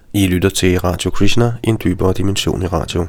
I lytter til Radio Krishna, en dybere dimension i radio.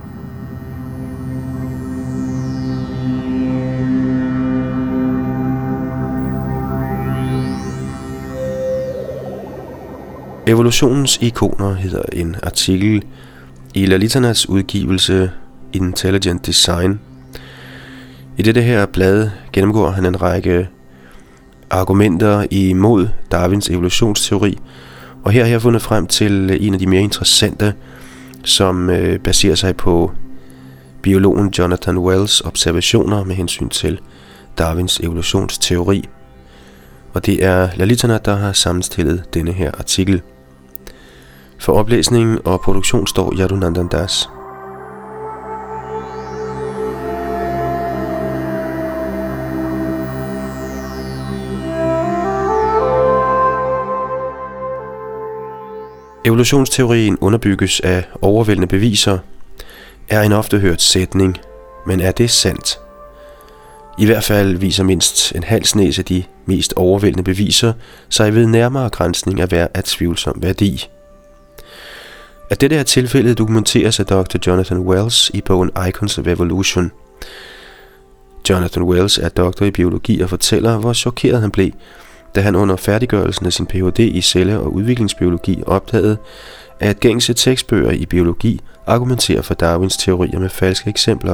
Evolutionens ikoner hedder en artikel i Lalitanas udgivelse Intelligent Design. I dette her blad gennemgår han en række argumenter imod Darwins evolutionsteori, og her har jeg fundet frem til en af de mere interessante, som baserer sig på biologen Jonathan Wells observationer med hensyn til Darwins evolutionsteori. Og det er Lalitana, der har sammenstillet denne her artikel. For oplæsning og produktion står Yadunandan Das. Evolutionsteorien underbygges af overvældende beviser, er en ofte hørt sætning, men er det sandt? I hvert fald viser mindst en halv snes af de mest overvældende beviser sig ved nærmere granskning at være af tvivlsom værdi. At dette er tilfældet dokumenteres af Dr. Jonathan Wells i bogen Icons of Evolution. Jonathan Wells er doktor i biologi og fortæller, hvor chokeret han blev, da han under færdiggørelsen af sin Ph.D. i celle- og udviklingsbiologi opdagede, at gængse tekstbøger i biologi argumenterer for Darwins teorier med falske eksempler.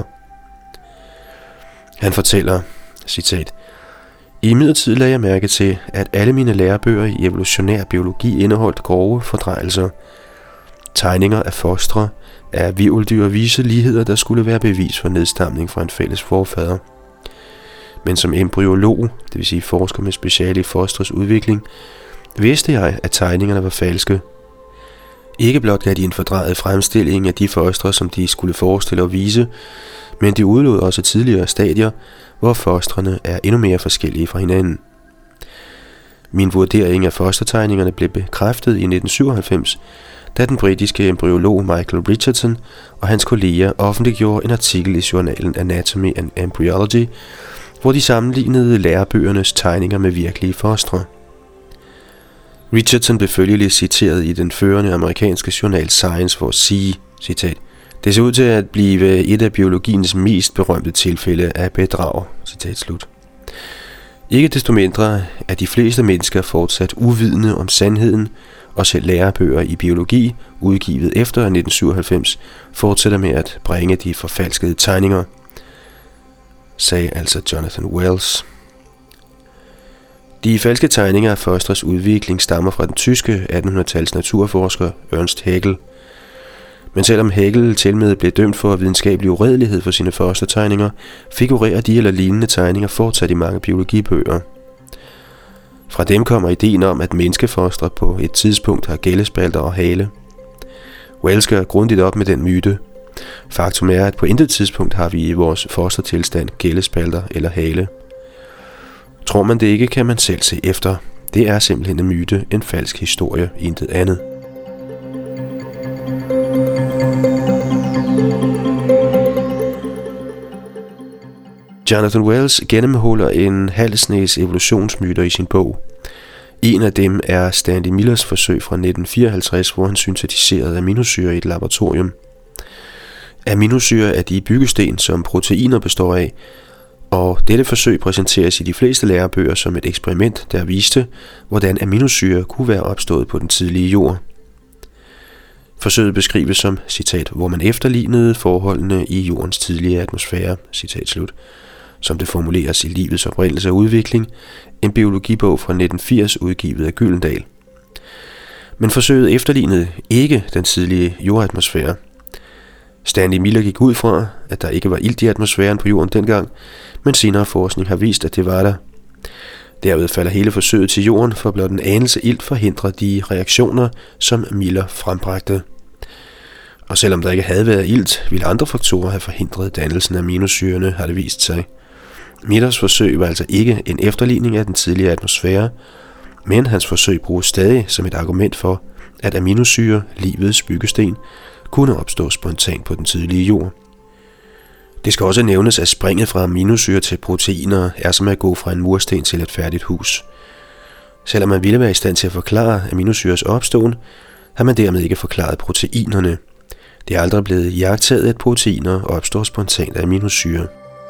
Han fortæller, citat, "I midlertid lagde jeg mærke til, at alle mine lærebøger i evolutionær biologi indeholdt grove fordrejelser. Tegninger af fostre, af hvirveldyr vise ligheder, der skulle være bevis for nedstamning fra en fælles forfader. Men som embryolog, det vil sige forsker med speciale i fostres udvikling, vidste jeg, at tegningerne var falske. Ikke blot gav de en fordrejet fremstilling af de fostre, som de skulle forestille og vise, men de udelod også tidligere stadier, hvor fostrene er endnu mere forskellige fra hinanden. Min vurdering af fostertegningerne blev bekræftet i 1997, da den britiske embryolog Michael Richardson og hans kolleger offentliggjorde en artikel i journalen Anatomy and Embryology, hvor de sammenlignede lærebøgernes tegninger med virkelige fostre. Richardson blev følgelig citeret i den førende amerikanske journal Science for at sige, citat, "Det ser ud til at blive et af biologiens mest berømte tilfælde af bedrag." Citat slut. Ikke desto mindre er de fleste mennesker fortsat uvidende om sandheden, og selv lærebøger i biologi, udgivet efter 1997, fortsætter med at bringe de forfalskede tegninger, sagde altså Jonathan Wells. De falske tegninger af fostres udvikling stammer fra den tyske 1800-tals naturforsker Ernst Haeckel. Men selvom Haeckel tilmed blev dømt for videnskabelig uredelighed for sine fostertegninger, figurerer de eller lignende tegninger fortsat i mange biologibøger. Fra dem kommer ideen om, at menneskefostre på et tidspunkt har gællespalter og hale. Wells gør grundigt op med den myte. Faktum er, at på intet tidspunkt har vi i vores fostertilstand gællespalter eller hale. Tror man det ikke, kan man selv se efter. Det er simpelthen en myte, en falsk historie, intet andet. Jonathan Wells gennemhuller en halv snes evolutionsmyter i sin bog. En af dem er Stanley Millers forsøg fra 1954, hvor han syntetiserede aminosyre i et laboratorium. Aminosyre er de byggesten, som proteiner består af, og dette forsøg præsenteres i de fleste lærebøger som et eksperiment, der viste, hvordan aminosyre kunne være opstået på den tidlige jord. Forsøget beskrives som, citat, "hvor man efterlignede forholdene i jordens tidlige atmosfære", citat slut, som det formuleres i Livets oprindelse og udvikling, en biologibog fra 1980 udgivet af Gyldendal. Men forsøget efterlignede ikke den tidlige jordatmosfære. Stanley Miller gik ud fra, at der ikke var ilt i atmosfæren på jorden dengang, men senere forskning har vist, at det var der. Derved falder hele forsøget til jorden, for blot en anelse ilt forhindrer de reaktioner, som Miller frembragte. Og selvom der ikke havde været ilt, ville andre faktorer have forhindret dannelsen af aminosyrene, har det vist sig. Millers forsøg var altså ikke en efterligning af den tidligere atmosfære, men hans forsøg bruges stadig som et argument for, at aminosyre, livets byggesten, kunne opstå spontant på den tidlige jord. Det skal også nævnes, at springet fra aminosyre til proteiner er som at gå fra en mursten til et færdigt hus. Selvom man ville være i stand til at forklare aminosyres opståen, har man dermed ikke forklaret proteinerne. Det er aldrig blevet iagttaget, at proteiner opstår spontant af aminosyre.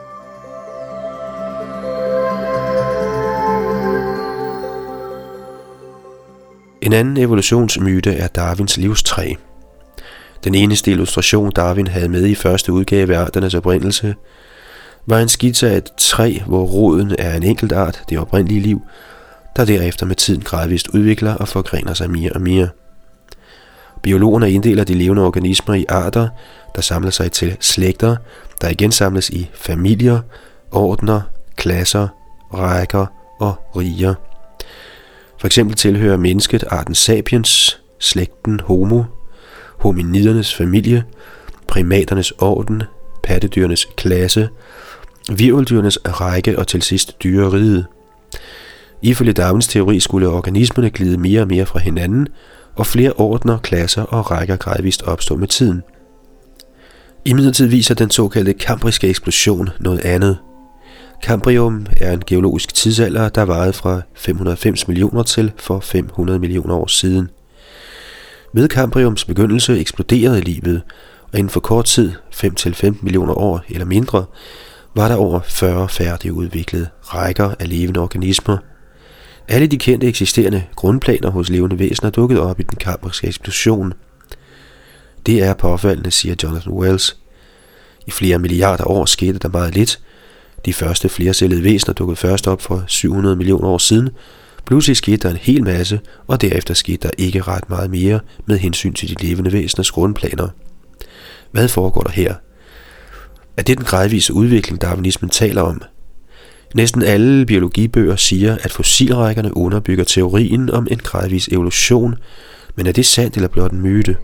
En anden evolutionsmyte er Darwins livstræ. Den eneste illustration, Darwin havde med i første udgave af Arternes oprindelse, var en skitse af et træ, hvor roden er en enkelt art, det oprindelige liv, der derefter med tiden gradvist udvikler og forgrener sig mere og mere. Biologerne inddeler de levende organismer i arter, der samler sig til slægter, der igen samles i familier, ordener, klasser, rækker og riger. For eksempel tilhører mennesket arten sapiens, slægten Homo, hominidernes familie, primaternes orden, pattedyrenes klasse, hvirveldyrenes række og til sidst dyreriget. Ifølge Darwins teori skulle organismerne glide mere og mere fra hinanden, og flere ordener, klasser og rækker gradvist opstå med tiden. Imidlertid viser den såkaldte kambriske eksplosion noget andet. Kambrium er en geologisk tidsalder, der varede fra 590 millioner til for 500 millioner år siden. Ved Kambriums begyndelse eksploderede livet, og inden for kort tid, 5-15 millioner år eller mindre, var der over 40 færdigudviklede rækker af levende organismer. Alle de kendte eksisterende grundplaner hos levende væsener dukkede op i den kambriske eksplosion. Det er påfaldende, siger Jonathan Wells. I flere milliarder år skete der meget lidt. De første flercellede væsener dukkede først op for 700 millioner år siden. Pludselig skete der en hel masse, og derefter skete der ikke ret meget mere med hensyn til de levende væseners grundplaner. Hvad foregår der her? Er det den gradvise udvikling, darwinismen taler om? Næsten alle biologibøger siger, at fossilrækkerne underbygger teorien om en gradvis evolution, men er det sandt eller blot en myte?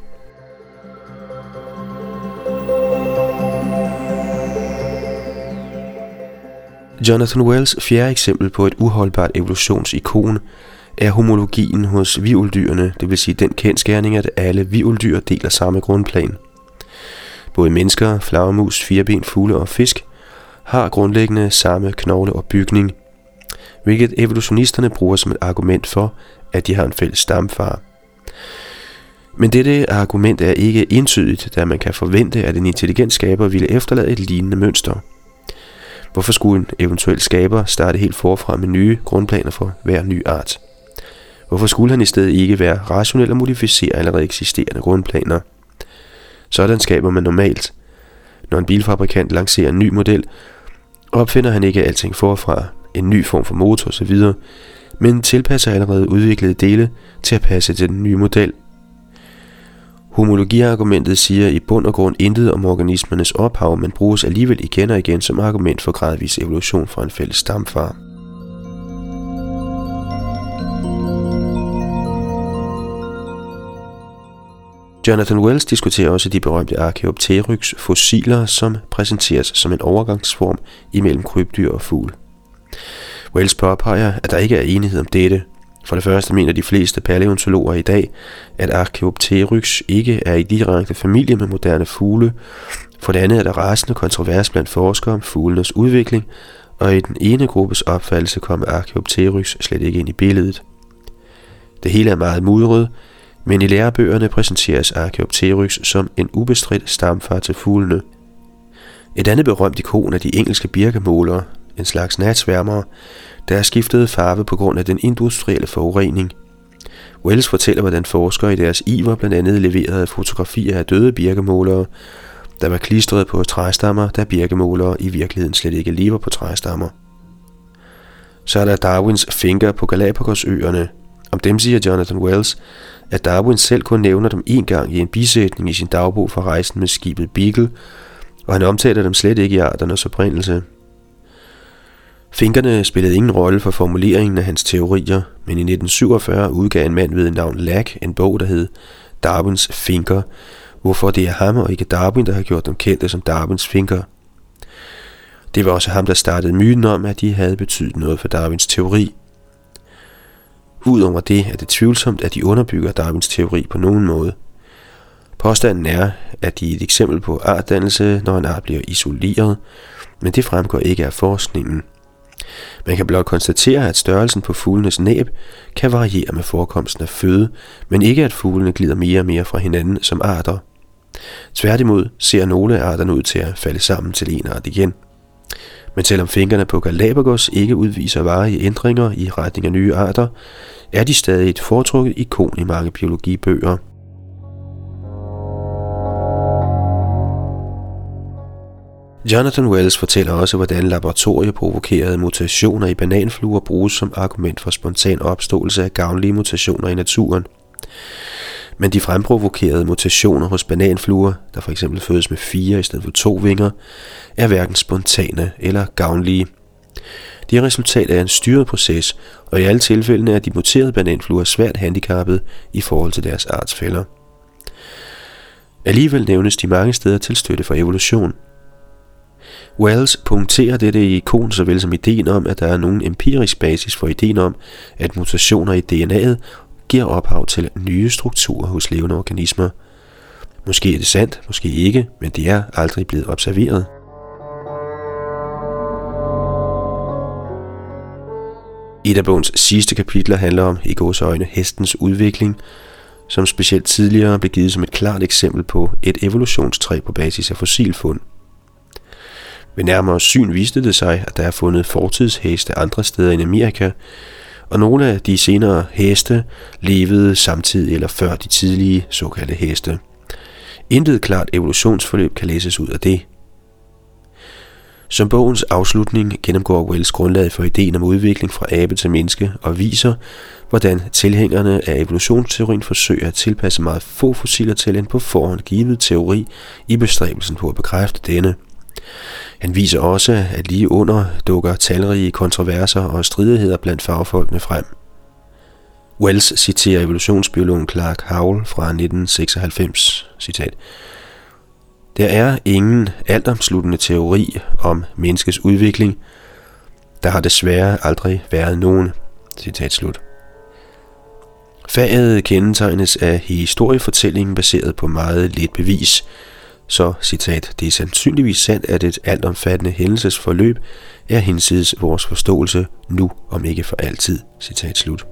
Jonathan Wells' fjerde eksempel på et uholdbart evolutionsikon er homologien hos hvirveldyrene, det vil sige den kendsgerning, at alle hvirveldyr deler samme grundplan. Både mennesker, flagermus, firben, fugle og fisk har grundlæggende samme knogle og bygning, hvilket evolutionisterne bruger som et argument for, at de har en fælles stamfar. Men dette argument er ikke entydigt, da man kan forvente, at en intelligent skaber ville efterlade et lignende mønster. Hvorfor skulle en eventuel skaber starte helt forfra med nye grundplaner for hver ny art? Hvorfor skulle han i stedet ikke være rationel og modificere allerede eksisterende grundplaner? Sådan skaber man normalt. Når en bilfabrikant lancerer en ny model, opfinder han ikke alting forfra, en ny form for motor osv., men tilpasser allerede udviklede dele til at passe til den nye model. Homologiargumentet siger i bund og grund intet om organismernes ophav, men bruges alligevel igen og igen som argument for gradvis evolution fra en fælles stamfar. Jonathan Wells diskuterer også de berømte Archaeopteryx fossiler, som præsenteres som en overgangsform imellem krybdyr og fugl. Wells påpeger, at der ikke er enighed om dette. For det første mener de fleste palæontologer i dag, at Archaeopteryx ikke er i direkte familie med moderne fugle. For det andet er der rasende kontrovers blandt forskere om fuglenes udvikling, og i den ene gruppes opfattelse kommer Archaeopteryx slet ikke ind i billedet. Det hele er meget mudret, men i lærebøgerne præsenteres Archaeopteryx som en ubestridt stamfar til fuglene. Et andet berømt ikon er de engelske birkemålere, en slags natsværmere, der er skiftet farve på grund af den industrielle forurening. Wells fortæller, hvordan forskere i deres iver blandt andet leverede fotografier af døde birkemålere, der var klistret på træstammer, da birkemålere i virkeligheden slet ikke lever på træstammer. Så er der Darwins finker på Galapagosøerne. Om dem siger Jonathan Wells, at Darwin selv kun nævner dem én gang i en bisætning i sin dagbog fra rejsen med skibet Beagle, og han omtaler dem slet ikke i arternes oprindelse. Finkerne spillede ingen rolle for formuleringen af hans teorier, men i 1947 udgav en mand ved navn Lack en bog, der hed Darwins finker, hvorfor det er ham og ikke Darwin, der har gjort dem kendte som Darwins finker. Det var også ham, der startede myten om, at de havde betydet noget for Darwins teori. Udover det er det tvivlsomt, at de underbygger Darwins teori på nogen måde. Påstanden er, at de er et eksempel på artdannelse, når en art bliver isoleret, men det fremgår ikke af forskningen. Man kan blot konstatere, at størrelsen på fuglenes næb kan variere med forekomsten af føde, men ikke at fuglene glider mere og mere fra hinanden som arter. Tværtimod ser nogle af arterne ud til at falde sammen til en art igen. Men selvom finkerne på Galapagos ikke udviser varige ændringer i retning af nye arter, er de stadig et foretrukket ikon i mange biologibøger. Jonathan Wells fortæller også, hvordan laboratorieprovokerede mutationer i bananfluer bruges som argument for spontan opståelse af gavnlige mutationer i naturen. Men de fremprovokerede mutationer hos bananfluer, der for eksempel fødes med 4 i stedet for 2 vinger, er hverken spontane eller gavnlige. De er resultat af en styret proces, og i alle tilfældene er de muterede bananfluer svært handicappet i forhold til deres artsfæller. Alligevel nævnes de mange steder til støtte for evolution. Wells punkterer dette ikon såvel som ideen om, at der er nogen empirisk basis for ideen om, at mutationer i DNA'et giver ophav til nye strukturer hos levende organismer. Måske er det sandt, måske ikke, men det er aldrig blevet observeret. Et af bogens sidste kapitler handler om, i gåseøjne, hestens udvikling, som specielt tidligere blev givet som et klart eksempel på et evolutionstræ på basis af fossilfund. Ved nærmere syn viste det sig, at der er fundet fortidsheste andre steder i Amerika, og nogle af de senere heste levede samtidig eller før de tidlige såkaldte heste. Intet klart evolutionsforløb kan læses ud af det. Som bogens afslutning gennemgår Wells grundlaget for ideen om udvikling fra abe til menneske og viser, hvordan tilhængerne af evolutionsteorien forsøger at tilpasse meget få fossiler til en på forhånd givet teori i bestræbelsen på at bekræfte denne. Han viser også, at lige under dukker talrige kontroverser og stridigheder blandt fagfolkene frem. Wells citerer evolutionsbiologen Clark Howell fra 1996, citat: "Der er ingen altomsluttende teori om menneskets udvikling. Der har desværre aldrig været nogen." Citat slut. Faget kendetegnes af historiefortællingen baseret på meget lidt bevis. Så, citat, "det er sandsynligvis sandt, at et altomfattende hændelsesforløb er hinsides vores forståelse nu, om ikke for altid." Citat slut.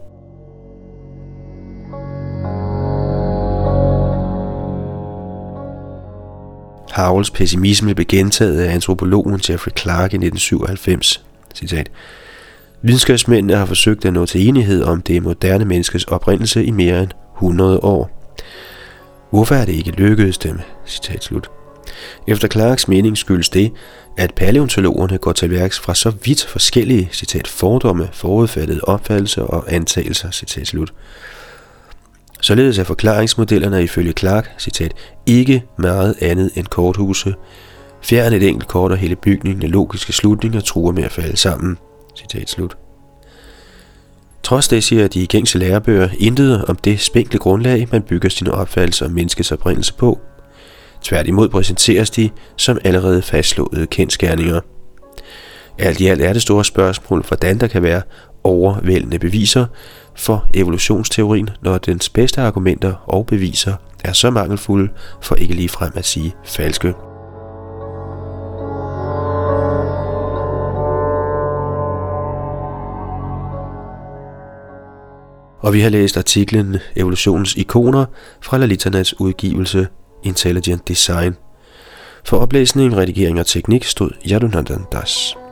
Howells pessimisme blev gentaget af antropologen Jeffrey Clark i 1997. Citat: "Videnskabsmændene har forsøgt at nå til enighed om det moderne menneskes oprindelse i mere end 100 år. Hvorfor er det ikke lykkedes dem?" Citat slut. Efter Clarks mening skyldes det, at palæontologerne går til værks fra så vidt forskellige, citat, fordomme, forudfattede opfattelser og antagelser, citat slut. Således er forklaringsmodellerne ifølge Clark, citat, "ikke meget andet end korthuse. Fjern et enkelt kort og hele bygningen af logiske slutninger truer med at falde sammen." Citat slut. Trods det siger de gængse lærebøger intet om det spinkle grundlag, man bygger sine opfattelser om menneskets oprindelse på. Tværtimod præsenteres de som allerede fastslåede kendsgerninger. Alt i alt er det store spørgsmål, hvordan der kan være overvældende beviser for evolutionsteorien, når dens bedste argumenter og beviser er så mangelfulde, for ikke ligefrem at sige falske. Og vi har læst artiklen "Evolutionens ikoner" fra Lalitanats udgivelse Intelligent Design. For oplæsning, redigering og teknik stod Yadunandan Das.